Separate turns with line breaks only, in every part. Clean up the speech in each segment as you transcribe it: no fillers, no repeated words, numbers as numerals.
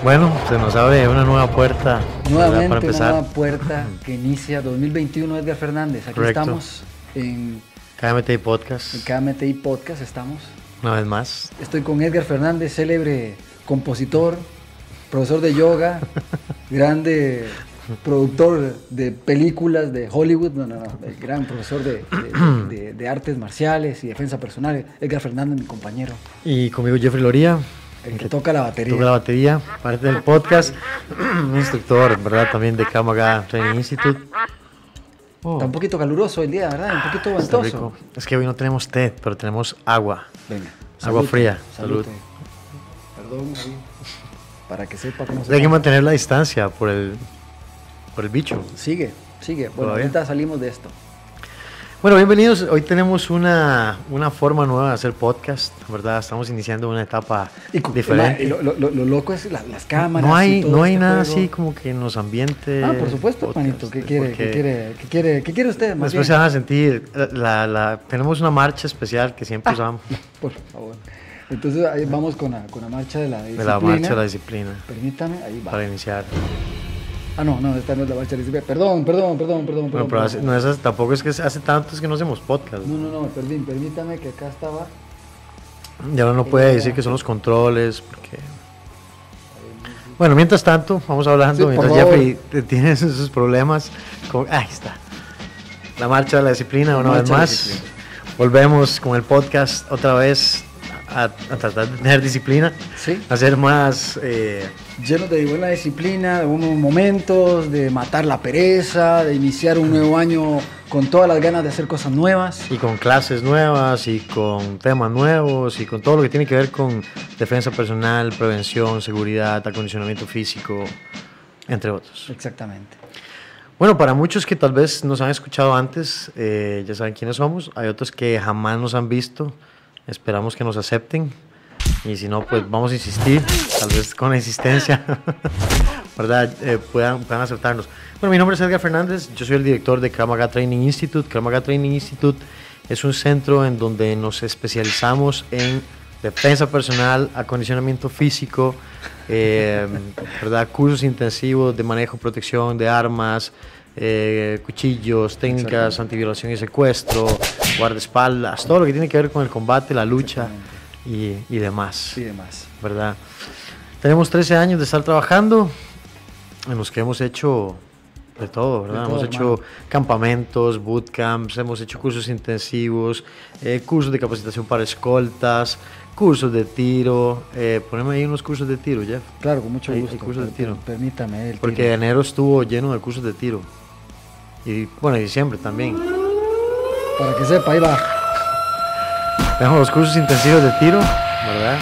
Bueno, se nos abre una nueva puerta.
Nuevamente
para empezar.
una nueva puerta que inicia 2021. Edgar Fernández, aquí
Correcto.
estamos en
KMTI Podcast.
KMTI Podcast. Estamos.
Una vez más.
Estoy con Edgar Fernández, célebre compositor, profesor de yoga, grande productor de películas de Hollywood, el gran profesor de artes marciales y defensa personal. Edgar Fernández, mi compañero.
Y conmigo Jeffrey Loría.
El que toca la batería.
Toca la batería, parte del podcast. Un instructor, ¿verdad? También de Kamaga Training Institute.
Está un poquito caluroso el día, ¿verdad? Un poquito
Está
ventoso.
rico. Es que hoy no tenemos té, pero tenemos agua.
Venga.
Agua fría.
Salud.
Salud.
Perdón, David, para que sepa cómo se
Hay que
toma.
mantener la distancia por el bicho.
Sigue. Bueno,
Todavía.
ahorita salimos de esto.
Bueno, bienvenidos. Hoy tenemos una forma nueva de hacer podcast, ¿verdad? Estamos iniciando una etapa diferente.
Y lo loco es las cámaras.
No hay,
y todo
no hay
este
nada
juego.
así como que nos ambiente.
Por supuesto,
podcast,
manito. ¿Qué
porque
quiere usted? Más
Después se
bien?
van a sentir. Tenemos una marcha especial que siempre usamos.
Por favor. Entonces ahí vamos con la marcha de la disciplina.
De la marcha de la disciplina.
Permítame, ahí va.
Para iniciar.
No, esta no es la marcha de la disciplina. Perdón.
Bueno, pero tampoco es que hace tanto es que no hacemos podcast.
No, permítame que acá estaba.
Ya uno no puede decir que son los controles, porque... Bueno, mientras tanto, vamos hablando,
Sí,
mientras
por favor.
Jeffrey tiene sus problemas. Ahí está. La marcha de la disciplina, una vez
marcha de la
más.
disciplina.
Volvemos con el podcast otra vez a tratar de tener disciplina,
Sí.
a ser más...
Llenos de buena disciplina, de buenos momentos, de matar la pereza, de iniciar un nuevo año con todas las ganas de hacer cosas nuevas.
y con clases nuevas, y con temas nuevos, y con todo lo que tiene que ver con defensa personal, prevención, seguridad, acondicionamiento físico, entre otros.
Exactamente.
Bueno, para muchos que tal vez nos han escuchado antes, ya saben quiénes somos. Hay otros que jamás nos han visto. Esperamos que nos acepten. Y si no, pues vamos a insistir, tal vez con la insistencia, ¿verdad? Puedan aceptarnos. Bueno, mi nombre es Edgar Fernández, yo soy el director de Krav Maga Training Institute. Krav Maga Training Institute es un centro en donde nos especializamos en defensa personal, acondicionamiento físico, ¿verdad? Cursos intensivos de manejo, protección de armas, cuchillos, técnicas antiviolación y secuestro, guardaespaldas, todo lo que tiene que ver con el combate, la lucha y demás, ¿verdad? Tenemos 13 años de estar trabajando, en los que hemos hecho de todo, ¿verdad? Hemos hecho campamentos, bootcamps, hemos hecho cursos intensivos, cursos de capacitación para escoltas, cursos de tiro. Poneme ahí unos cursos de tiro, Jeff.
Claro, con mucho gusto.
Hay cursos de tiro.
Permítame. El
Porque
tiro.
enero estuvo lleno de cursos de tiro. Y bueno, diciembre también.
Para que sepa, ahí va.
Tenemos los cursos intensivos de tiro, ¿verdad?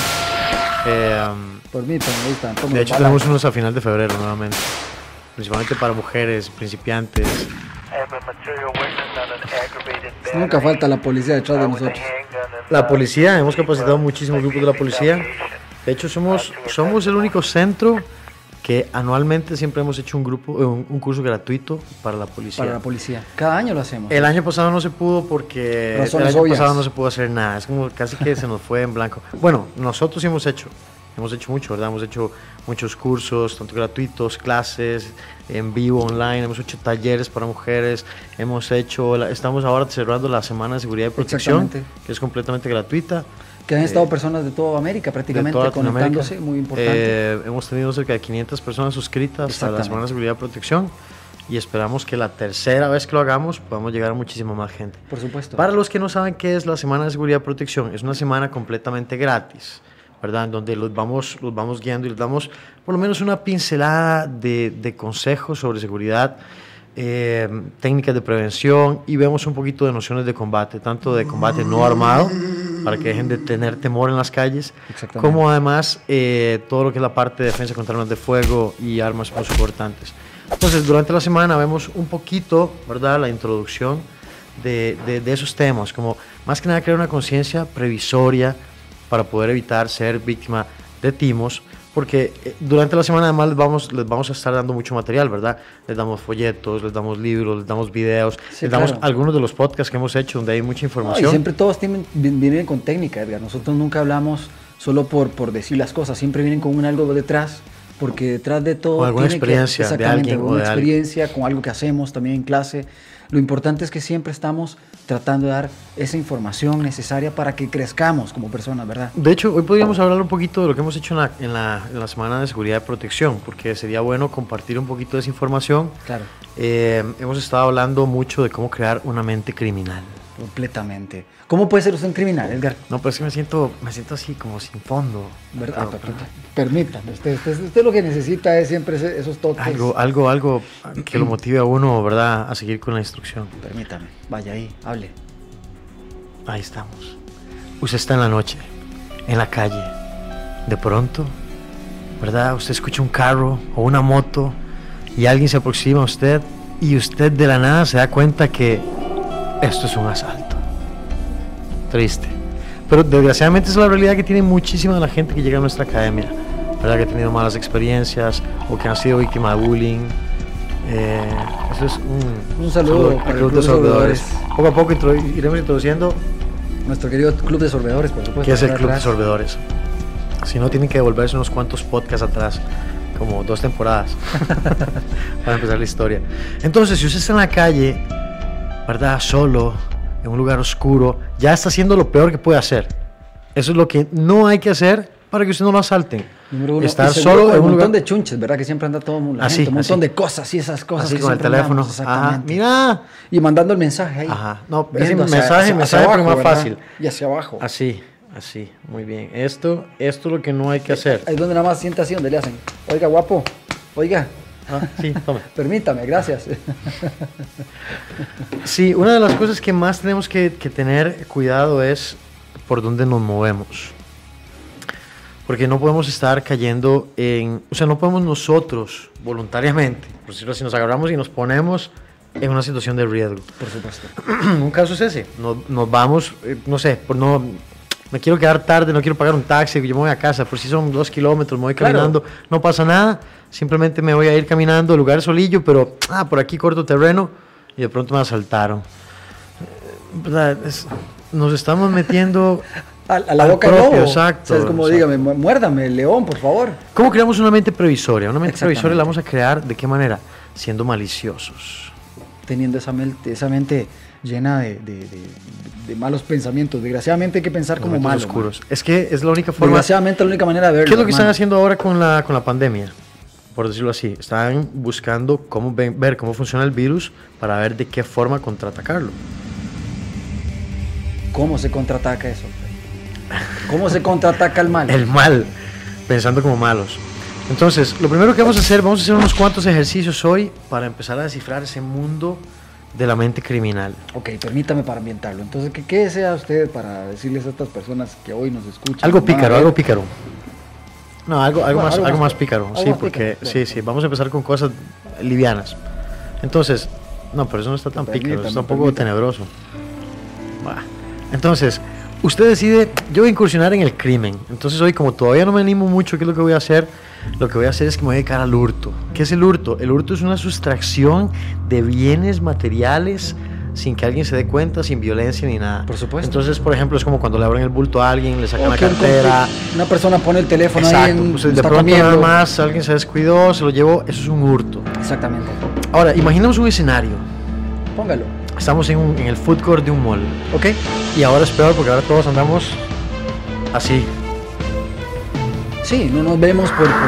Permítame, ahí están. Toma
De hecho,
el
tenemos
balance.
unos a final de febrero nuevamente. Principalmente para mujeres, principiantes.
Nunca falta la policía detrás de nosotros.
La policía, hemos capacitado muchísimos grupos de la policía. De hecho, somos el único centro que anualmente siempre hemos hecho un curso gratuito para la policía.
Para la policía. Cada año lo hacemos.
El año pasado no se pudo porque
Razones
el año
obvias.
pasado no se pudo hacer nada. Es como casi que se nos fue en blanco. Bueno, nosotros sí hemos hecho mucho, ¿verdad? Hemos hecho muchos cursos, tanto gratuitos, clases, en vivo, online. Hemos hecho talleres para mujeres. Estamos ahora cerrando la Semana de Seguridad y Protección,
Exactamente.
que es completamente gratuita.
Que han estado personas de toda América
De
prácticamente
toda Latinoamérica.
conectándose, muy importante.
Hemos tenido cerca de 500 personas suscritas a la
Exactamente.
Semana de Seguridad y Protección, y esperamos que la tercera vez que lo hagamos podamos llegar a muchísima más gente.
Por supuesto.
Para los que no saben qué es la Semana de Seguridad y Protección, es una semana completamente gratis, ¿verdad? En donde los vamos guiando y les damos por lo menos una pincelada de consejos sobre seguridad, técnicas de prevención, y vemos un poquito de nociones de combate, tanto de combate no armado, para que dejen de tener temor en las calles,
Exactamente.
como además todo lo que es la parte de defensa contra armas de fuego y armas muy importantes. Entonces, durante la semana vemos un poquito, ¿verdad?, la introducción de esos temas, como más que nada crear una conciencia previsoria para poder evitar ser víctima de timos, porque durante la semana además les vamos a estar dando mucho material, ¿verdad? Les damos folletos, les damos libros, les damos videos,
Sí,
les damos
claro.
algunos de los podcasts que hemos hecho donde hay mucha
No, y
información.
siempre todos vienen con técnica, Edgar. Nosotros nunca hablamos solo por decir las cosas, siempre vienen con algo detrás porque detrás de todo
Con alguna
tiene
experiencia de
exactamente,
alguien o
alguna
de alguien.
experiencia, con algo que hacemos también en clase. Lo importante es que siempre estamos tratando de dar esa información necesaria para que crezcamos como personas, ¿verdad?
De hecho, hoy podríamos hablar un poquito de lo que hemos hecho en la Semana de Seguridad y Protección, porque sería bueno compartir un poquito de esa información.
Claro.
Hemos estado hablando mucho de cómo crear una mente criminal.
Completamente. ¿Cómo puede ser usted un criminal, Edgar?
No, pero es que me siento así como sin fondo.
¿Verdad? Permítame, usted lo que necesita es siempre esos toques.
Algo que lo motive a uno, ¿verdad? A seguir con la instrucción.
Permítame, vaya ahí, hable.
Ahí estamos. Usted está en la noche, en la calle. De pronto, ¿verdad? Usted escucha un carro o una moto y alguien se aproxima a usted y usted de la nada se da cuenta que esto es un asalto. Triste. Pero desgraciadamente esa es la realidad que tiene muchísima de la gente que llega a nuestra academia, ¿verdad? Que ha tenido malas experiencias o que han sido víctimas de bullying. Eso es
un saludo
al Club de Sorbedores. Poco a poco iremos introduciendo
nuestro querido Club de Sorbedores, por supuesto.
¿Qué es el Club de Sorbedores? Si no, tienen que devolverse unos cuantos podcasts atrás, como 2 temporadas, para empezar la historia. Entonces, si usted está en la calle, ¿verdad? Solo, en un lugar oscuro, ya está haciendo lo peor que puede hacer. Eso es lo que no hay que hacer para que usted no lo asalten.
Número 1,
estar solo en un
montón
lugar
de chunches, ¿verdad? Que siempre anda todo el mundo,
así,
un montón de cosas y esas cosas
así
que
con el teléfono.
Exactamente.
Mira.
Y mandando el mensaje ahí.
Ajá. No,
ese
mensaje
abajo,
pero más
¿verdad?
fácil.
Y hacia abajo.
Así, muy bien. Esto es lo que no hay que hacer.
Ahí es donde nada más sienta así, donde le hacen. Oiga, guapo. Oiga.
Sí, tome.
Permítame, gracias.
Sí, una de las cosas que más tenemos que tener cuidado es por dónde nos movemos. Porque no podemos estar cayendo no podemos nosotros voluntariamente, por decirlo así, nos agarramos y nos ponemos en una situación de riesgo.
Por supuesto.
Un caso es ese, nos vamos, no sé, me quiero quedar tarde, no quiero pagar un taxi, yo me voy a casa, por si son 2 kilómetros, me voy caminando, no pasa nada, simplemente me voy a ir caminando, lugar solillo, pero por aquí corto terreno y de pronto me asaltaron. Nos estamos metiendo
a la boca del lobo.
Exacto.
O sea, es como, dígame, muérdame, león, por favor.
¿Cómo creamos una mente previsoria? Una mente previsoria la vamos a crear, ¿de qué manera? Siendo maliciosos.
Teniendo esa mente llena de malos pensamientos. Desgraciadamente hay que pensar como malos.
Oscuros. Es que es la única forma.
Desgraciadamente la única manera de verlo.
¿Qué es lo que están haciendo ahora con la pandemia? Por decirlo así. Están buscando ver cómo funciona el virus para ver de qué forma contraatacarlo.
¿Cómo se contraataca eso? ¿Cómo se contraataca el mal?
El mal, pensando como malos. Entonces, lo primero que vamos a hacer unos cuantos ejercicios hoy para empezar a descifrar ese mundo de la mente criminal.
Ok, permítame para ambientarlo. Entonces, ¿qué desea usted para decirles a estas personas que hoy nos escuchan?
Algo pícaro. No, algo más pícaro. Sí, porque sí, vamos a empezar con cosas livianas. Entonces, no, pero eso no está tan pícaro, está un poco tenebroso. Entonces, usted decide, yo voy a incursionar en el crimen. Entonces hoy, como todavía no me animo mucho, ¿qué es lo que voy a hacer? Lo que voy a hacer es que me voy a dedicar al hurto. ¿Qué es el hurto? El hurto es una sustracción de bienes materiales sin que alguien se dé cuenta, sin violencia ni nada.
Por supuesto.
Entonces, por ejemplo, es como cuando le abren el bulto a alguien, le sacan la cartera.
Una persona pone el teléfono ahí
de pronto nada más alguien se descuidó, se lo llevó, eso es un hurto.
Exactamente.
Ahora, imaginemos un escenario.
Póngalo.
Estamos en el food court de un mall.
Ok.
Y ahora es peor porque ahora todos andamos así.
Sí, no nos vemos por... Sí.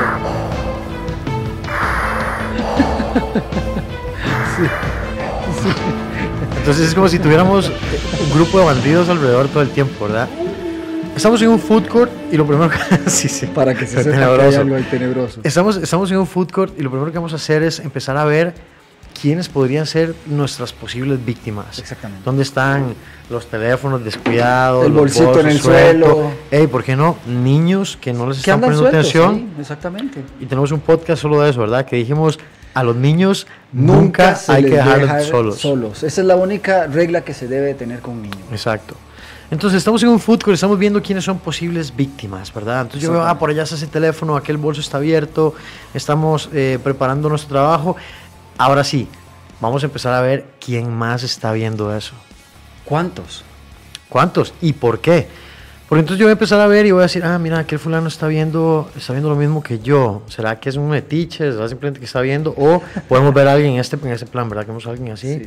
Entonces es como si tuviéramos un grupo de bandidos alrededor todo el tiempo, ¿verdad? Estamos en un food court y lo primero que... sí.
Para que se sepa que hay algo ahí tenebroso.
Estamos en un food court y lo primero que vamos a hacer es empezar a ver quiénes podrían ser nuestras posibles víctimas.
Exactamente.
¿Dónde están los teléfonos descuidados?
El bolsito en el suelo.
¿Por qué no? Niños que no les están poniendo
sueltos,
atención.
Sí, exactamente.
Y tenemos un podcast solo de eso, ¿verdad? Que dijimos, a los niños nunca hay que dejarlos solos.
Esa es la única regla que se debe tener con un niño.
Exacto. Entonces estamos en un food court, estamos viendo quiénes son posibles víctimas, ¿verdad? Entonces yo veo, por allá está ese teléfono, aquel bolso está abierto, estamos preparando nuestro trabajo. Ahora sí, vamos a empezar a ver quién más está viendo eso.
¿Cuántos?
¿Y por qué? Porque entonces yo voy a empezar a ver y voy a decir, mira, aquel fulano está viendo lo mismo que yo. ¿Será que es un metiche? ¿Será simplemente que está viendo? O podemos ver a alguien en ese plan, ¿verdad? Que vemos a alguien así.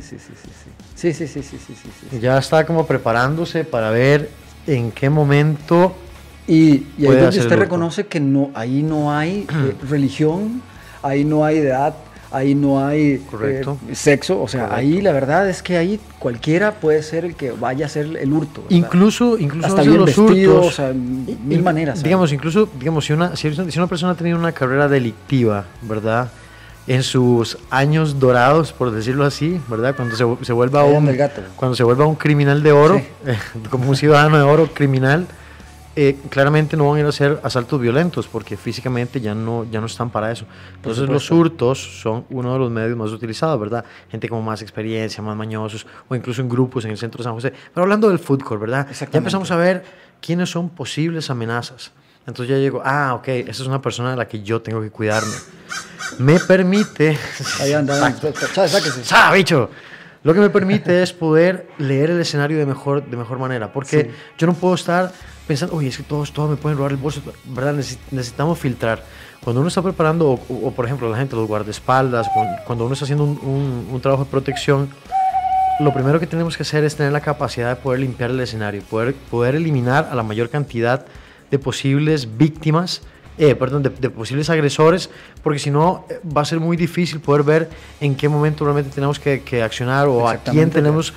Sí.
Y ya está como preparándose para ver en qué momento.
Y ahí es donde usted reconoce que ahí no hay religión, ahí no hay edad, ahí no hay sexo, o sea, correcto. Ahí la verdad es que ahí cualquiera puede ser el que vaya a hacer el hurto, ¿verdad?
Incluso
hasta bien
los
vestido,
hurtos,
o sea, mil maneras.
Digamos, incluso, si una persona ha tenido una carrera delictiva, ¿verdad? En sus años dorados, por decirlo así, ¿verdad? Cuando se vuelva un criminal de oro, sí. Como un ciudadano de oro criminal, claramente no van a ir a hacer asaltos violentos porque físicamente ya no están para eso. Entonces los hurtos son uno de los medios más utilizados, ¿verdad? Gente con más experiencia, más mañosos, o incluso en grupos en el centro de San José. Pero hablando del food court, ¿verdad? Ya empezamos a ver quiénes son posibles amenazas. Entonces ya llego, ok, esa es una persona de la que yo tengo que cuidarme. Me permite...
Ahí anda, sáquese.
¡Bicho! Lo que me permite es poder leer el escenario de mejor manera, porque yo no puedo estar pensando, oye, es que todos me pueden robar el bolso, ¿verdad? Necesitamos filtrar. Cuando uno está preparando, o por ejemplo, la gente, los guardaespaldas, cuando uno está haciendo un trabajo de protección, lo primero que tenemos que hacer es tener la capacidad de poder limpiar el escenario, poder eliminar a la mayor cantidad de posibles víctimas, de posibles agresores, porque si no va a ser muy difícil poder ver en qué momento realmente tenemos que accionar o a quién tenemos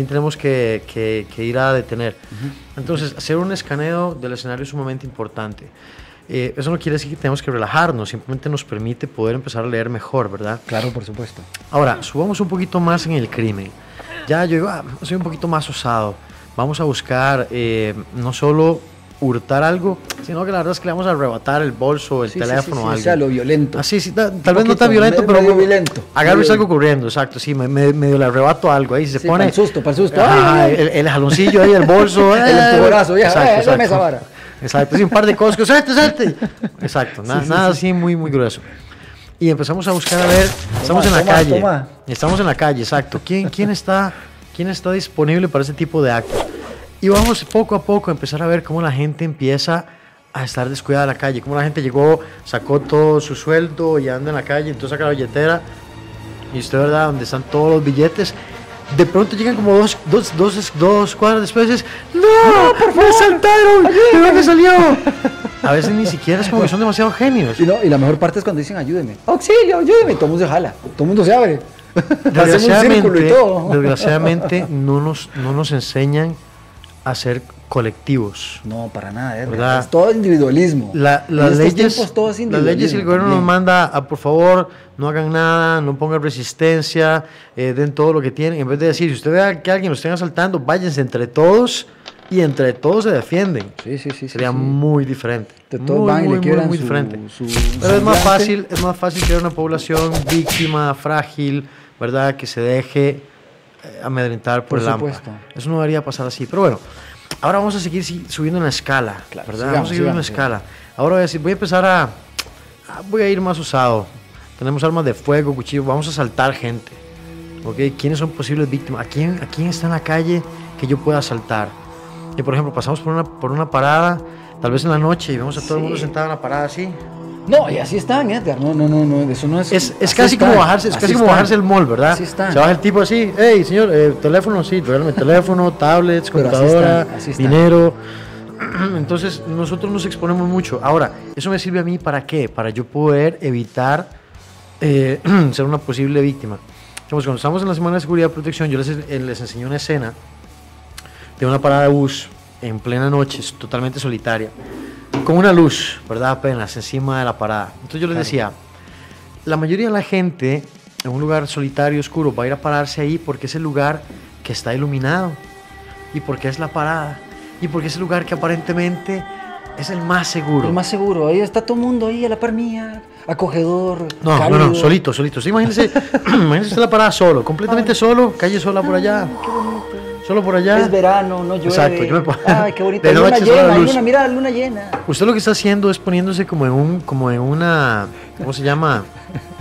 que ir a detener. Entonces, hacer un escaneo del escenario es sumamente importante. Eso no quiere decir que tenemos que relajarnos, simplemente nos permite poder empezar a leer mejor, ¿verdad?
Claro, por supuesto.
Ahora, subamos un poquito más en el crimen. Ya yo digo, soy un poquito más osado. Vamos a buscar no solo hurtar algo, sino que la verdad es que le vamos a arrebatar el bolso, el teléfono, algo.
O sea, lo violento.
Así, tal vez no tan violento, pero
medio violento.
Agarro algo corriendo, exacto, sí, medio le arrebato algo ahí, se pone...
Para el susto.
El jaloncillo ahí, el bolso.
El empujonazo, exacto.
Esa vara. Exacto, sí, un par de cosas que salte. Exacto, nada así muy grueso. Y empezamos a buscar, a ver, estamos en la calle. Estamos en la calle, exacto. ¿Quién está disponible para ese tipo de actos? Y vamos poco a poco a empezar a ver cómo la gente empieza a estar descuidada en la calle, cómo la gente llegó, sacó todo su sueldo y anda en la calle, entonces saca la billetera y usted, ¿verdad? Donde están todos los billetes, de pronto llegan como dos cuadras después y dices, ¡no! ¡Por favor! ¡Me saltaron! ¿De dónde salió? A veces ni siquiera es como que son demasiado genios.
Y la mejor parte es cuando dicen, ayúdeme, auxilio, ayúdeme, todo el mundo se jala, todo el mundo se abre.
Desgraciadamente no nos enseñan a ser colectivos.
No, para nada, es todo individualismo.
Las leyes y el gobierno nos manda a, por favor, no hagan nada, no pongan resistencia, den todo lo que tienen. En vez de decir, si usted ve que alguien lo estén asaltando, váyanse entre todos y entre todos se defienden.
Sí.
Sería muy diferente.
De todos van y le quieran
muy diferente. Pero es más fácil crear una población víctima, frágil, ¿verdad? Que se deje amedrentar por el hambre. Eso no debería pasar así. Pero bueno, ahora vamos a seguir subiendo en la escala, ¿verdad? Vamos a seguir en la escala. Ahora voy a ir más osado. Tenemos armas de fuego, cuchillos, vamos a asaltar gente. ¿Okay? ¿Quiénes son posibles víctimas? ¿A quién está en la calle que yo pueda asaltar? Y por ejemplo, pasamos por una parada, tal vez en la noche, y vemos a todo el mundo sentado en la parada así.
No, y así están, Edgar. No, eso no es.
Es casi como bajarse el mall, ¿verdad?
Así están.
Se baja el tipo así, hey, señor, teléfono, sí, regálame teléfono, tablets, computadora,
así están.
dinero. Entonces, nosotros nos exponemos mucho. Ahora, ¿eso me sirve a mí para qué? Para yo poder evitar ser una posible víctima. Entonces, cuando estamos en la Semana de Seguridad y Protección, yo les enseñé una escena de una parada de bus en plena noche, totalmente solitaria, con una luz, ¿verdad? Apenas encima de la parada. Entonces yo les decía, la mayoría de la gente en un lugar solitario, oscuro, va a ir a pararse ahí porque es el lugar que está iluminado y porque es la parada y porque es el lugar que aparentemente es el más seguro.
El más seguro, ahí está todo el mundo ahí a la par mía, acogedor,
cálido. No, solito. Sí, imagínense usted la parada solo, completamente solo, calle sola por allá.
Qué bonito.
Solo por allá.
Es verano, no llueve.
Exacto.
Ay, qué bonito. Luna llena, mira la luna llena.
Usted lo que está haciendo es poniéndose como en una, ¿cómo se llama?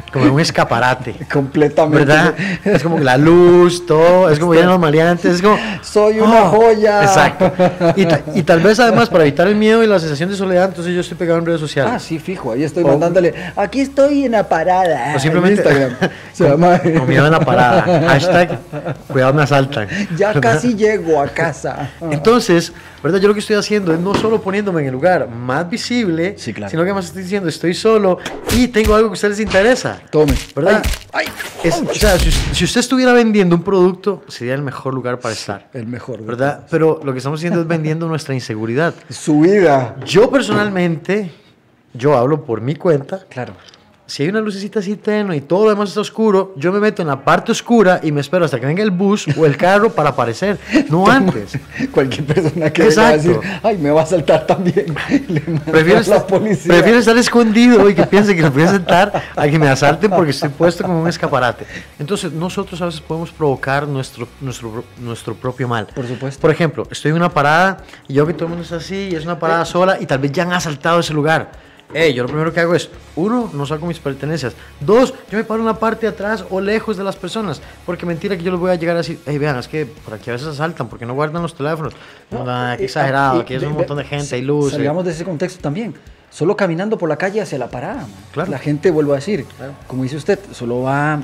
como en un escaparate.
Completamente.
¿Verdad? Es como que la luz, todo, es como ya los maleantes, es como...
Soy una joya.
Exacto. Y tal vez además para evitar el miedo y la sensación de soledad, entonces yo estoy pegado en redes sociales.
Ah, sí, fijo, ahí estoy mandándole, aquí estoy en la parada.
O simplemente...
En Instagram. Se llama...
Con miedo en la parada. Hashtag, cuidado me asaltan.
Ya casi llego a casa.
Entonces, ¿verdad? Yo lo que estoy haciendo es no solo poniéndome en el lugar más visible,
Sí, claro.
sino que además estoy diciendo, estoy solo y tengo algo que a ustedes les interesa.
Tome.
¿Verdad?
Ay,
O sea, si usted estuviera vendiendo un producto, sería el mejor lugar para estar.
el mejor.
¿Verdad? Pero lo que estamos haciendo es vendiendo nuestra inseguridad.
Su vida.
Yo personalmente, yo hablo por mi cuenta.
Claro.
Si hay una lucecita así tenue y todo lo demás está oscuro, yo me meto en la parte oscura y me espero hasta que venga el bus o el carro para aparecer, no antes.
Cualquier persona que venga a decir, ay, me va a saltar también. Le mando
Prefiero
a la
estar,
policía.
prefiero estar escondido y que piense que me voy a sentar a que me asalten porque estoy puesto como un escaparate. Entonces, nosotros a veces podemos provocar nuestro propio mal.
Por supuesto.
Por ejemplo, estoy en una parada y yo que todo el mundo está así y es una parada sola y tal vez ya han asaltado ese lugar. Yo lo primero que hago es, 1, no saco mis pertenencias. 2, yo me paro en la parte de atrás o lejos de las personas. Porque mentira que yo les voy a llegar a decir, vean, es que por aquí a veces asaltan, porque no guardan los teléfonos. Qué exagerado, aquí es un montón de gente, hay luz.
Salgamos de ese contexto también. Solo caminando por la calle hacia la parada, man.
Claro.
La gente, vuelvo a decir,
Claro.
como dice usted, solo va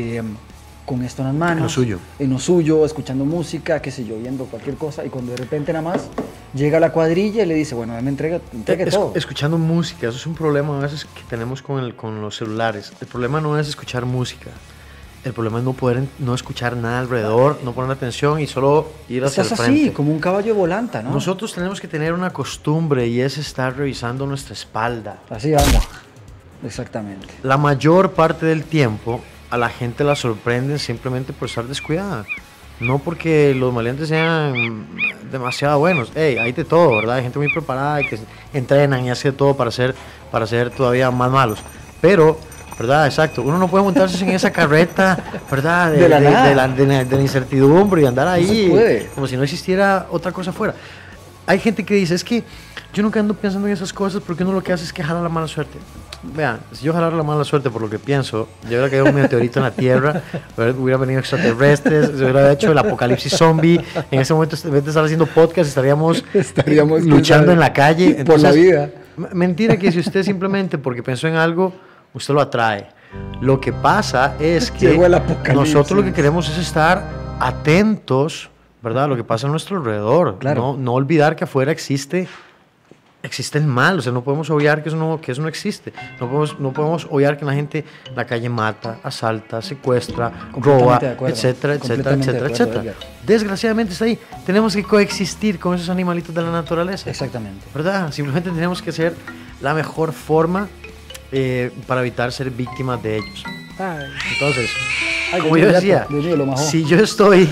con esto en las manos.
En lo suyo.
En lo suyo, escuchando música, qué sé yo, viendo cualquier cosa. Y cuando de repente nada más llega la cuadrilla y le dice, bueno, me entregue todo.
Escuchando música, eso es un problema a veces que tenemos con los celulares. El problema no es escuchar música. El problema es no escuchar nada alrededor, no poner atención y solo ir hacia
Estás
el frente.
así, como un caballo volanta, ¿no?
Nosotros tenemos que tener una costumbre y es estar revisando nuestra espalda.
Así anda. Exactamente.
La mayor parte del tiempo a la gente la sorprenden simplemente por estar descuidada. No porque los maleantes sean demasiado buenos. Hay de todo, ¿verdad? Hay gente muy preparada y que entrenan y hace de todo para ser todavía más malos. Pero, ¿verdad? Exacto. Uno no puede montarse en esa carreta, ¿verdad?
De
la incertidumbre y andar ahí
No se puede.
como si no existiera otra cosa afuera. Hay gente que dice, es que yo nunca ando pensando en esas cosas porque uno lo que hace es que jala la mala suerte. Vean, si yo jalara la mala suerte por lo que pienso, yo hubiera caído un meteorito en la Tierra, hubiera venido extraterrestres, se hubiera hecho el apocalipsis zombie. En ese momento, en vez de estar haciendo podcast, estaríamos luchando en la calle.
Entonces, por la vida.
Mentira que si usted simplemente porque pensó en algo, usted lo atrae. Lo que pasa es que nosotros lo que queremos es estar atentos, ¿verdad? A lo que pasa a nuestro alrededor.
Claro.
No olvidar que afuera existe el mal, o sea, no podemos obviar que eso no existe. No podemos obviar que la gente en la calle mata, asalta, secuestra, roba, etcétera, etcétera, etcétera, etcétera. Desgraciadamente está ahí. Tenemos que coexistir con esos animalitos de la naturaleza.
Exactamente.
¿Verdad? Simplemente tenemos que hacer la mejor forma para evitar ser víctimas de ellos. Entonces, como yo decía, si yo estoy,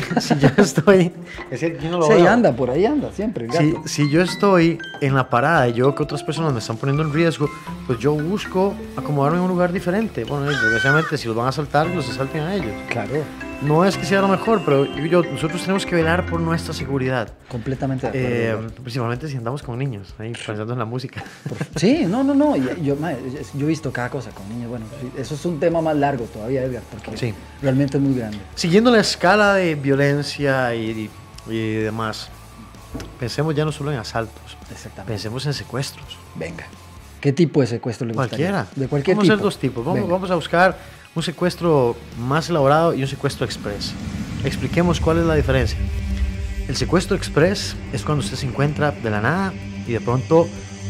es que yo no lo
sí,
veo.
por ahí anda, siempre. El gato.
Si yo estoy en la parada y yo veo que otras personas me están poniendo en riesgo, pues yo busco acomodarme en un lugar diferente. Bueno, desgraciadamente, si los van a asaltar, los asalten a ellos.
Claro.
No es que sea lo mejor, pero nosotros tenemos que velar por nuestra seguridad.
Completamente de acuerdo.
Principalmente si andamos con niños, ahí pensando en la música.
Sí, no. Yo he visto cada cosa con niños. Bueno, eso es un tema más largo todavía, Edgar, porque
Sí.
realmente es muy grande.
Siguiendo la escala de violencia y demás, pensemos ya no solo en asaltos,
Exactamente.
pensemos en secuestros.
Venga. ¿Qué tipo de secuestro le gustaría?
Cualquiera.
De cualquier
Vamos a
tipo.
hacer dos tipos.
Venga.
Vamos a buscar un secuestro más elaborado y un secuestro express. Expliquemos cuál es la diferencia. El secuestro express es cuando usted se encuentra de la nada y de pronto...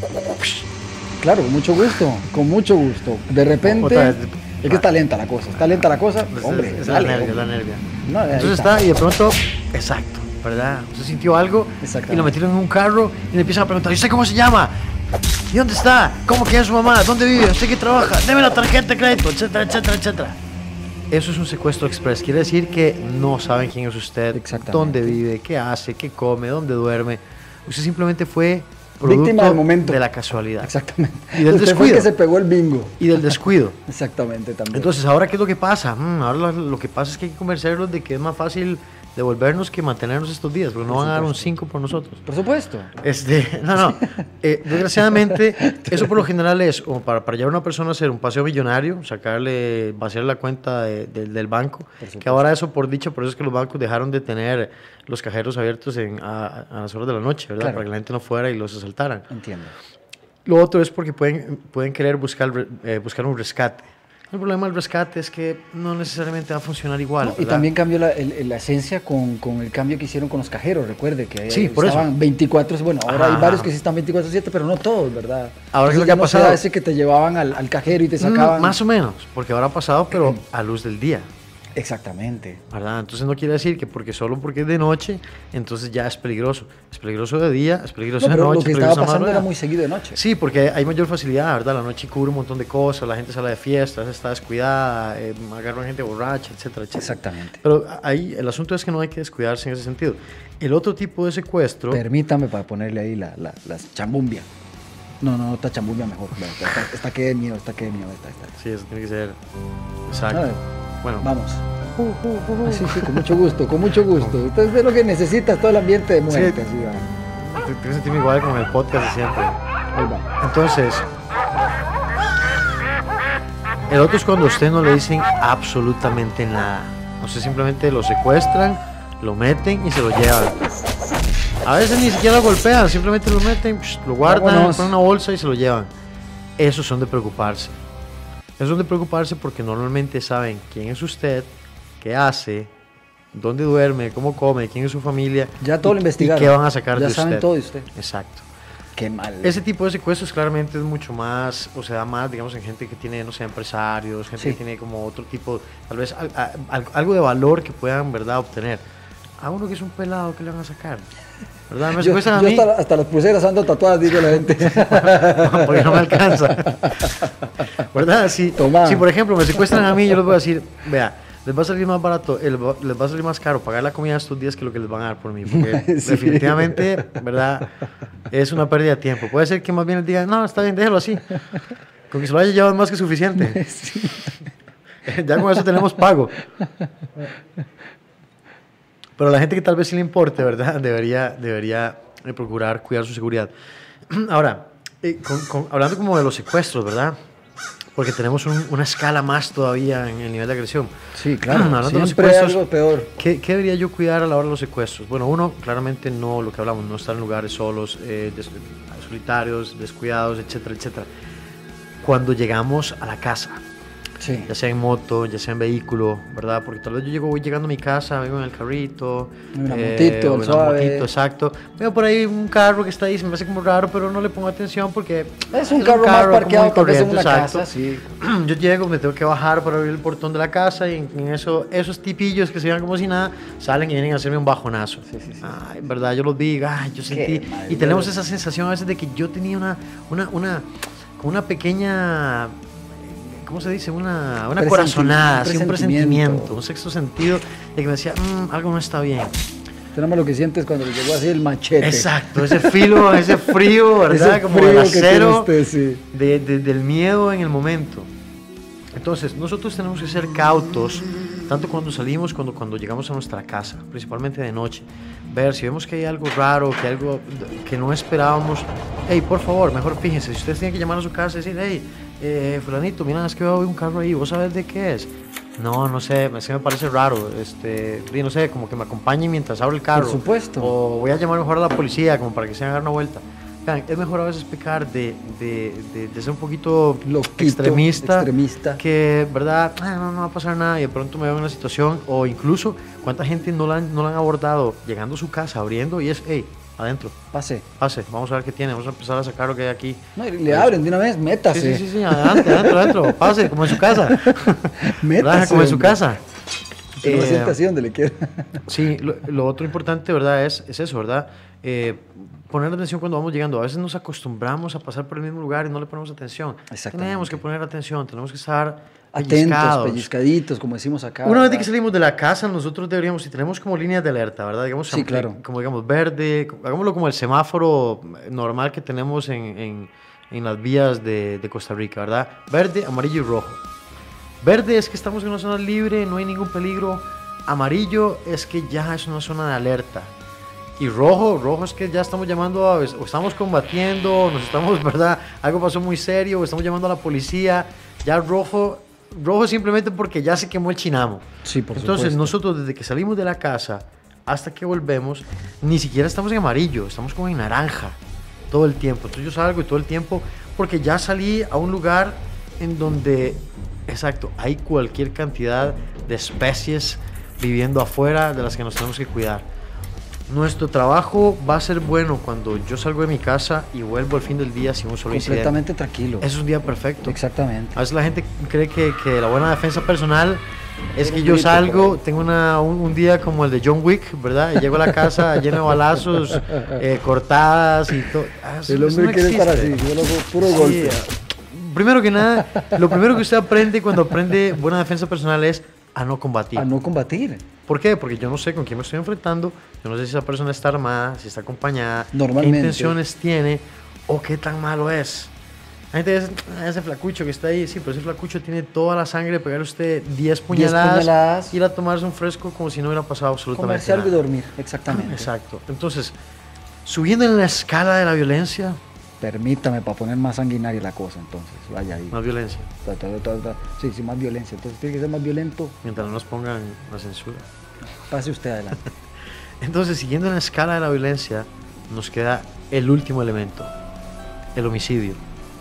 Claro, con mucho gusto, con mucho gusto. De repente,
Otra vez.
es que está lenta la cosa, hombre,
es
dale,
la nervia, es la nervia.
No, ahí
Entonces está y de pronto, exacto, ¿verdad? Usted sintió algo y lo metieron en un carro y le empiezan a preguntar, ¿y usted cómo se llama? ¿Y dónde está? ¿Cómo que es su mamá? ¿Dónde vive? ¿Usted qué trabaja? Deme la tarjeta de crédito, etcétera, etcétera, etcétera. Eso es un secuestro express. Quiere decir que no saben quién es usted, dónde vive, qué hace, qué come, dónde duerme. Usted simplemente fue
víctima del momento,
de la casualidad.
Exactamente.
Y del
usted
descuido.
fue el que se pegó el bingo.
Y del descuido.
Exactamente, también.
Entonces, ¿ahora qué es lo que pasa? Ahora lo que pasa es que hay que convencerlos de que es más fácil devolvernos que mantenernos estos días, porque no van a dar un 5 por nosotros.
Por supuesto.
No. Desgraciadamente, eso por lo general es como para llevar a una persona a hacer un paseo millonario, vaciarle la cuenta del banco, que ahora eso por dicho, por eso es que los bancos dejaron de tener los cajeros abiertos a las horas de la noche, ¿verdad?
Claro.
Para que la gente no fuera y los asaltaran.
Entiendo.
Lo otro es porque pueden querer buscar un rescate. El problema del rescate es que no necesariamente va a funcionar igual.
No, y también cambió la esencia con el cambio que hicieron con los cajeros. Recuerde que
sí, por
estaban
eso.
24, bueno, ahora hay varios que sí están 24/7, pero no todos, ¿verdad?
Ahora, ¿qué es lo que ha
no
pasado?
sea ese que te llevaban al cajero y te sacaban.
Más o menos, porque ahora ha pasado, pero a luz del día.
Exactamente.
¿Verdad? Entonces no quiere decir que solo porque es de noche, entonces ya es peligroso. Es peligroso de día, es peligroso de noche.
Lo que estaba pasando era muy seguido de noche.
Sí, porque hay mayor facilidad, ¿verdad? La noche cubre un montón de cosas, la gente sale de fiestas, está descuidada, agarran gente borracha, etcétera, etcétera.
Exactamente.
Pero ahí el asunto es que no hay que descuidarse en ese sentido. El otro tipo de secuestro...
Permítame para ponerle ahí las chambumbia. No, está chambumbia mejor. Esta que de miedo, esta.
Sí, eso tiene que ser... Exacto.
Bueno, vamos. Sí, con mucho gusto. Entonces es lo que necesitas, todo el ambiente de muerte.
Sí, tengo que sentirme igual con el podcast de siempre.
Ahí va.
Entonces, el otro es cuando a usted no le dicen absolutamente nada. O sea, simplemente lo secuestran, lo meten y se lo llevan. A veces ni siquiera lo golpean, simplemente lo meten, lo guardan, lo ponen en una bolsa y se lo llevan. Esos son de preocuparse. Eso es de preocuparse porque normalmente saben quién es usted, qué hace, dónde duerme, cómo come, quién es su familia.
Ya todo lo investigaron.
Y qué van a sacar de usted.
Ya saben todo de usted.
Exacto.
Qué mal.
Ese tipo de secuestros claramente es mucho más, o se da más, digamos, en gente que tiene, no sé, empresarios, gente que tiene como otro tipo, tal vez algo de valor que puedan, ¿verdad?, obtener. A uno que es un pelado, ¿qué le van a sacar? ¿Verdad? Me secuestran a mí.
Hasta las pulseras ando tatuadas, digo la gente.
Porque no me alcanza. ¿Verdad? Si por ejemplo me secuestran a mí, yo les voy a decir, vea, les va a salir más barato, les va a salir más caro pagar la comida estos días que lo que les van a dar por mí. Porque definitivamente, ¿verdad? Es una pérdida de tiempo. Puede ser que más bien les digan, no, está bien, déjelo así. Con que se lo haya llevado es más que suficiente.
Sí.
Ya con eso tenemos pago. Pero a la gente que tal vez sí le importe, ¿verdad? Debería procurar cuidar su seguridad. Ahora, hablando como de los secuestros, ¿verdad? Porque tenemos una escala más todavía en el nivel de agresión.
Sí, claro.
Hablando de los
siempre
secuestros,
algo peor.
¿qué debería yo cuidar a la hora de los secuestros? Bueno, uno, claramente no, lo que hablamos, no estar en lugares solos, solitarios, descuidados, etcétera, etcétera. Cuando llegamos a la casa,
sí,
ya sea en moto, ya sea en vehículo, ¿verdad? Porque tal vez voy llegando a mi casa, vengo en el carrito,
una motito,
una
suave.
motito, exacto. Veo por ahí un carro que está ahí, se me hace como raro, pero no le pongo atención porque
es un carro más parqueado tal vez en una
exacto.
casa, sí.
Yo llego, me tengo que bajar para abrir el portón de la casa y en esos tipillos que se ven como si nada, salen y vienen a hacerme un bajonazo.
Sí.
Ay, verdad, yo los vi, ay, yo sentí. Y tenemos esa sensación a veces de que yo tenía una pequeña... ¿cómo se dice? Una corazonada, un presentimiento, un sexto sentido de que me decía, algo no está bien.
Tenemos lo que sientes cuando le llegó así el machete.
Exacto, ese filo, ese frío, ¿verdad?
Ese
como
frío
el acero
usted, sí.
del miedo en el momento. Entonces, nosotros tenemos que ser cautos, tanto cuando salimos, cuando llegamos a nuestra casa, principalmente de noche. Ver si vemos que hay algo raro, que algo que no esperábamos. Hey, por favor, mejor fíjense, si ustedes tienen que llamar a su casa y decir, hey, fulanito, mira, es que veo un carro ahí, ¿vos sabes de qué es? No sé, es que me parece raro, no sé, como que me acompañen mientras abro el carro.
Por supuesto.
O voy a llamar mejor a la policía, como para que se hagan dar una vuelta. Vean, es mejor a veces pecar de ser un poquito extremista, que, ¿verdad? No va a pasar nada y de pronto me veo en una situación, o incluso, ¿cuánta gente no la han abordado llegando a su casa, abriendo y es, hey, adentro?
Pase,
vamos a ver qué tiene, vamos a empezar a sacar lo que hay aquí.
No, y le abren de una vez, métase.
Sí, adentro, pase, como en su casa.
Métase.
Como en su casa.
Que no sienta así donde le quiera.
Sí, lo otro importante, ¿verdad? Es eso, ¿verdad? Poner atención cuando vamos llegando. A veces nos acostumbramos a pasar por el mismo lugar y no le ponemos atención. Tenemos que poner atención, tenemos que estar
atentos, pellizcaditos, como decimos acá.
Una vez que salimos de la casa, nosotros deberíamos, si tenemos como líneas de alerta, ¿verdad? Digamos,
sí, claro.
Como digamos verde, hagámoslo como el semáforo normal que tenemos en las vías de Costa Rica, ¿verdad? Verde, amarillo y rojo. Verde es que estamos en una zona libre, no hay ningún peligro. Amarillo es que ya es una zona de alerta. Y rojo es que ya estamos llamando, o estamos combatiendo, nos estamos, ¿verdad? Algo pasó muy serio, o estamos llamando a la policía. Ya rojo simplemente porque ya se quemó el chinamo.
Sí, por
Entonces,
supuesto.
nosotros desde que salimos de la casa hasta que volvemos, ni siquiera estamos en amarillo, estamos como en naranja todo el tiempo. Entonces yo salgo y todo el tiempo, porque ya salí a un lugar en donde, exacto, hay cualquier cantidad de especies viviendo afuera de las que nos tenemos que cuidar. Nuestro trabajo va a ser bueno cuando yo salgo de mi casa y vuelvo al fin del día sin un solo incidente.
Completamente tranquilo.
Es un día perfecto.
Exactamente.
A veces la gente cree que la buena defensa personal es que
un
yo
grito
salgo,
por ahí.
tengo un día como el de John Wick, ¿verdad? Y llego a la casa lleno de balazos, cortadas y todo.
El hombre quiere estar así, puro
Sí,
golpe.
Primero que nada, lo primero que usted aprende cuando aprende buena defensa personal es a no combatir.
A no combatir.
¿Por qué? Porque yo no sé con quién me estoy enfrentando, yo no sé si esa persona está armada, si está acompañada,
Normalmente.
qué intenciones tiene o qué tan malo es. La gente dice, ese flacucho que está ahí, sí, pero ese flacucho tiene toda la sangre de pegar usted 10 puñaladas, ir a tomarse un fresco como si no hubiera pasado absolutamente
Comerse algo y
nada.
dormir, exactamente.
Exacto. Entonces, subiendo en la escala de la violencia,
Permítame, para poner más sanguinaria la cosa, entonces, vaya ahí.
más violencia,
Sí, más violencia. Entonces tiene que ser más violento.
mientras no nos pongan la censura.
Pase usted adelante.
Entonces, siguiendo en la escala de la violencia, nos queda el último elemento, el homicidio.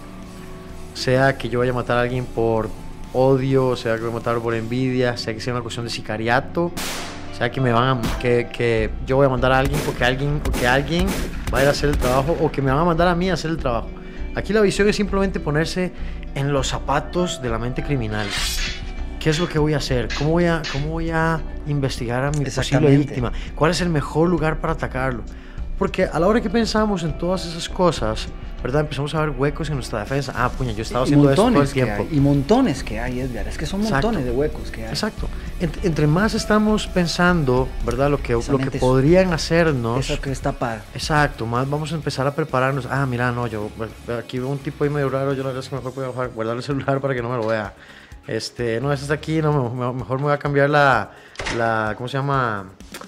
Sea que yo vaya a matar a alguien por odio, sea que voy a matar por envidia, sea que sea una cuestión de sicariato, sea que que yo voy a mandar a alguien porque alguien va a ir a hacer el trabajo o que me van a mandar a mí a hacer el trabajo. Aquí la visión es simplemente ponerse en los zapatos de la mente criminal. ¿Qué es lo que voy a hacer? ¿Cómo voy a investigar a mi posible
Exactamente.
víctima? ¿Cuál es el mejor lugar para atacarlo? Porque a la hora que pensamos en todas esas cosas, ¿verdad? Empezamos a ver huecos en nuestra defensa. Ah, puña, yo estaba haciendo esto todo el tiempo.
Y montones que hay, Edgar. Es que son montones
Exacto.
de huecos que hay.
Exacto. Entre más estamos pensando, ¿verdad? Lo que
Precisamente eso.
podrían hacernos.
Eso que es tapar.
Exacto, más vamos a empezar a prepararnos. Ah, mira, no, aquí veo un tipo ahí medio raro, yo la verdad es que mejor voy a guardar el celular para que no me lo vea. No, este está aquí, no, mejor me voy a cambiar ¿cómo se llama?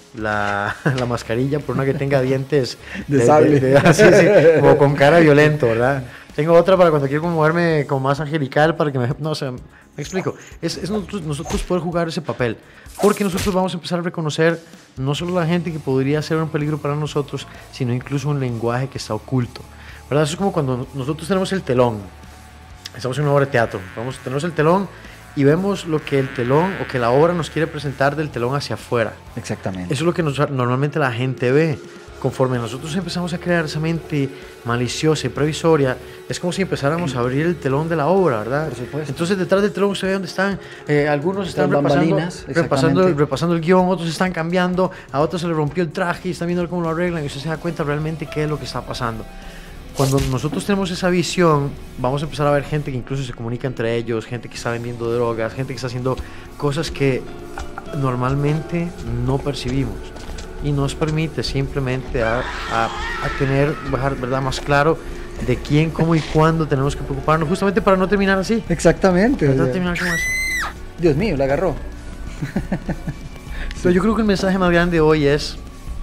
La mascarilla por una que tenga dientes
De sable.
así, como con cara violento, ¿verdad? Tengo otra para cuando quiero como moverme como más angelical para que no, o sea, me explico. Es nosotros poder jugar ese papel, porque nosotros vamos a empezar a reconocer no solo la gente que podría ser un peligro para nosotros, sino incluso un lenguaje que está oculto, ¿verdad? Eso es como cuando nosotros tenemos el telón, estamos en una obra de teatro, tenemos el telón y vemos lo que el telón o que la obra nos quiere presentar del telón hacia afuera.
Exactamente.
Eso es lo que normalmente la gente ve. Conforme nosotros empezamos a crear esa mente maliciosa y previsoria, es como si empezáramos a abrir el telón de la obra, ¿verdad?
Por supuesto.
Entonces detrás del telón usted ve dónde están, algunos están
Las bambalinas,
repasando el guión, otros están cambiando, a otros se les rompió el traje y están viendo cómo lo arreglan y usted se da cuenta realmente qué es lo que está pasando. Cuando nosotros tenemos esa visión, vamos a empezar a ver gente que incluso se comunica entre ellos, gente que está vendiendo drogas, gente que está haciendo cosas que normalmente no percibimos. Y nos permite simplemente a tener, ¿verdad?, más claro de quién, cómo y cuándo tenemos que preocuparnos, justamente para no terminar así.
Exactamente.
Para no terminar como eso.
Dios mío, la agarró.
Pero yo creo que el mensaje más grande hoy es,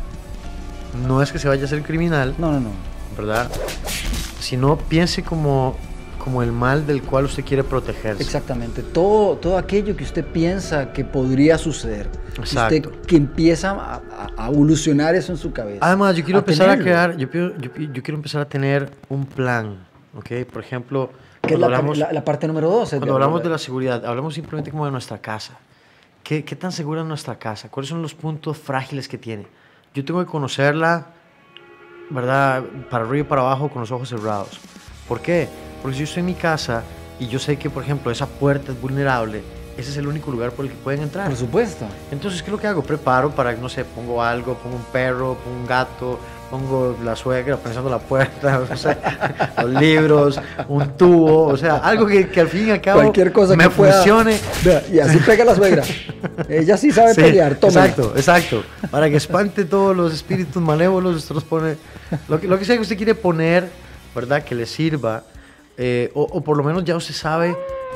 no es que se vaya a ser criminal,
No.
¿verdad? Sino piense como el mal del cual usted quiere protegerse.
Exactamente. Todo aquello que usted piensa que podría suceder.
Exacto.
Usted que empieza a evolucionar eso en su cabeza.
Además, yo quiero empezar a
tenerlo.
crear, yo quiero empezar a tener un plan, ¿ok? Por ejemplo,
Que es la parte número 2.
cuando hablamos de la seguridad, hablamos simplemente como de nuestra casa. ¿Qué tan segura es nuestra casa? ¿Cuáles son los puntos frágiles que tiene? Yo tengo que conocerla, ¿verdad? Para arriba y para abajo con los ojos cerrados. ¿Por qué? Porque si yo estoy en mi casa y yo sé que, por ejemplo, esa puerta es vulnerable, ese es el único lugar por el que pueden entrar.
Por supuesto.
Entonces, ¿qué es lo que hago? Preparo para, no sé, pongo algo, pongo un perro, pongo un gato, pongo la suegra pensando la puerta, o sea, los libros, un tubo, o sea, algo que al fin y al cabo
Cualquier cosa
me
que pueda-
funcione.
Vea, y así pega la suegra. Ella sí sabe
Sí,
pelear. Tómela.
exacto. Para que espante todos los espíritus malévolos, usted los pone. Lo que sea que usted quiere poner, ¿verdad? Que le sirva. O por lo menos ya usted sabe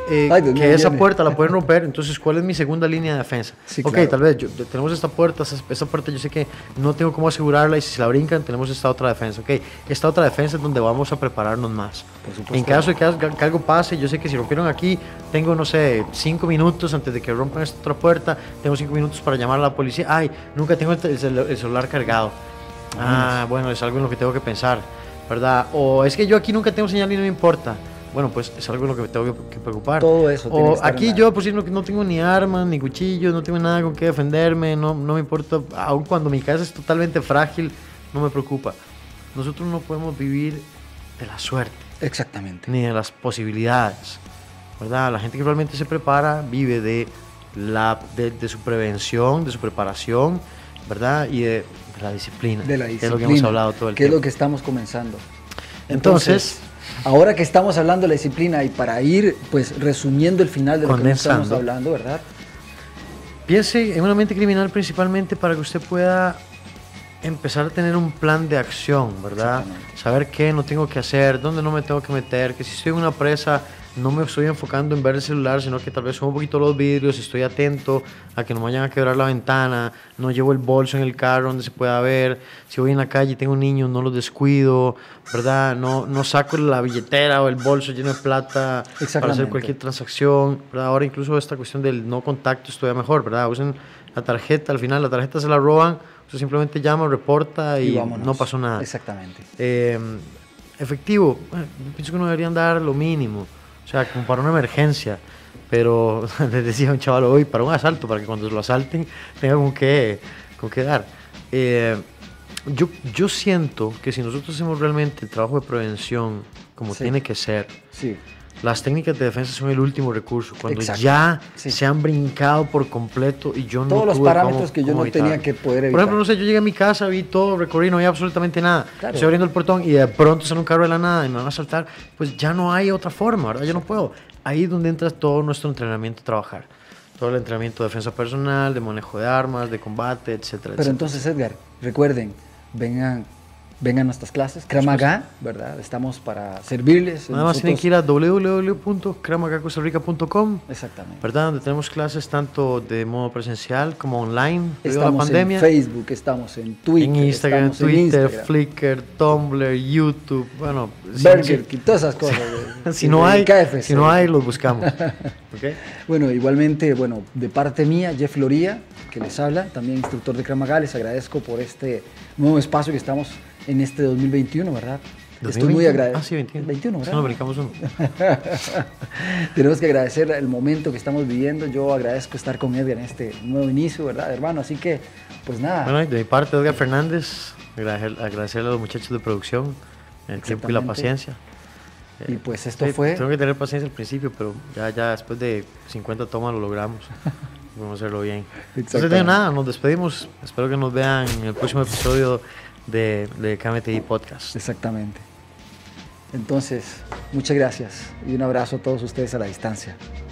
Ay, Dios mío,
que esa
viene.
puerta la pueden romper. Entonces, ¿cuál es mi segunda línea de defensa?
Sí,
Ok,
claro.
tal vez tenemos esta puerta, esta puerta yo sé que no tengo cómo asegurarla y si se la brincan tenemos esta otra defensa. Ok, esta otra defensa es donde vamos a prepararnos más.
Por supuesto.
En caso de que algo pase, yo sé que si rompieron aquí, tengo, no sé, 5 minutos antes de que rompan esta otra puerta, tengo 5 minutos para llamar a la policía. Ay, nunca tengo el celular cargado. Ah, bueno, es algo en lo que tengo que pensar, ¿verdad? O es que yo aquí nunca tengo señal y no me importa. Bueno, pues es algo en lo que me tengo que preocupar.
Todo eso tiene que
O
estar
aquí
en
yo, pues sí, no tengo ni armas, ni cuchillos, no tengo nada con qué defenderme, no me importa. Aun cuando mi casa es totalmente frágil, no me preocupa. Nosotros no podemos vivir de la suerte,
Exactamente.
ni de las posibilidades, ¿verdad? La gente que realmente se prepara vive de su prevención, de su preparación, ¿verdad? Y de la disciplina.
De la
Que
disciplina.
es lo que hemos hablado todo el
que es
tiempo.
lo que estamos comenzando.
Entonces,
ahora que estamos hablando de la disciplina y para ir pues resumiendo el final de lo que estamos
condensando,
hablando, ¿verdad?
piense en una mente criminal principalmente para que usted pueda empezar a tener un plan de acción, ¿verdad?
Exactamente.
Saber qué no tengo que hacer, dónde no me tengo que meter, que si estoy en una presa no me estoy enfocando en ver el celular, sino que tal vez subo un poquito los vidrios, estoy atento a que no me vayan a quebrar la ventana, no llevo el bolso en el carro donde se pueda ver, si voy en la calle y tengo un niño no lo descuido, ¿verdad? No saco la billetera o el bolso lleno de plata para hacer
Exactamente.
cualquier transacción, ¿verdad? Ahora incluso esta cuestión del no contacto es todavía mejor, ¿verdad? Usen la tarjeta, al final la tarjeta se la roban, usted simplemente llama, reporta y
vámonos.
no pasó nada.
Exactamente.
Efectivo, bueno, yo pienso que no deberían dar lo mínimo, o sea, como para una emergencia, pero les decía a un chaval hoy, para un asalto, para que cuando lo asalten tenga con qué dar. Yo siento que si nosotros hacemos realmente el trabajo de prevención como
Sí.
tiene que ser,
Sí.
las técnicas de defensa son el último recurso. Cuando
Exacto.
ya
Sí.
se han brincado por completo y yo no
Todos los
tuve
parámetros que yo
cómo
no tenía
evitarlo.
que poder
Por
evitar.
ejemplo, no sé, yo llegué a mi casa, vi todo, recorrí, no había absolutamente nada.
Claro.
Estoy abriendo el portón y de pronto sale un carro de la nada y me van a asaltar. Pues ya no hay otra forma, ¿verdad? Yo no puedo. Ahí es donde entra todo nuestro entrenamiento a trabajar. Todo el entrenamiento de defensa personal, de manejo de armas, de combate, etcétera,
Pero
etcétera.
entonces, Edgar, recuerden, vengan a nuestras clases, Krav Maga, ¿verdad? Estamos para servirles.
Nada más tienen que ir a www.kramagacostarrica.com,
Exactamente.
¿verdad? Donde tenemos clases tanto de modo presencial como online, debido a la
Estamos
pandemia.
en Facebook, estamos en Twitter,
En Instagram,
estamos en
Twitter,
Instagram,
Flickr, Tumblr, YouTube, bueno,
Burger King, todas esas cosas.
si no hay,
KFC.
si no hay, los buscamos. ¿Ok?
Bueno, igualmente, bueno, de parte mía, Jeff Loría, que les habla, también instructor de Krav Maga, les agradezco por este nuevo espacio que estamos en este 2021, ¿verdad? Estoy muy
2021.
agradecido.
Ah, sí, 21.
21,
Es que
¿verdad?
nos brincamos uno.
Tenemos que agradecer el momento que estamos viviendo. Yo agradezco estar con Edgar en este nuevo inicio, ¿verdad, hermano? Así que, pues nada.
Bueno, y de mi parte, Edgar Fernández, agradecerle a los muchachos de producción el tiempo y la
Exactamente.
paciencia.
Y pues esto
Sí,
fue...
Tengo que tener paciencia al principio, pero ya después de 50 tomas lo logramos. Podemos hacerlo bien. Entonces,
Exactamente.
de nada, nos despedimos. Espero que nos vean en el próximo episodio de KMTI Podcast.
Exactamente. Entonces, muchas gracias y un abrazo a todos ustedes a la distancia.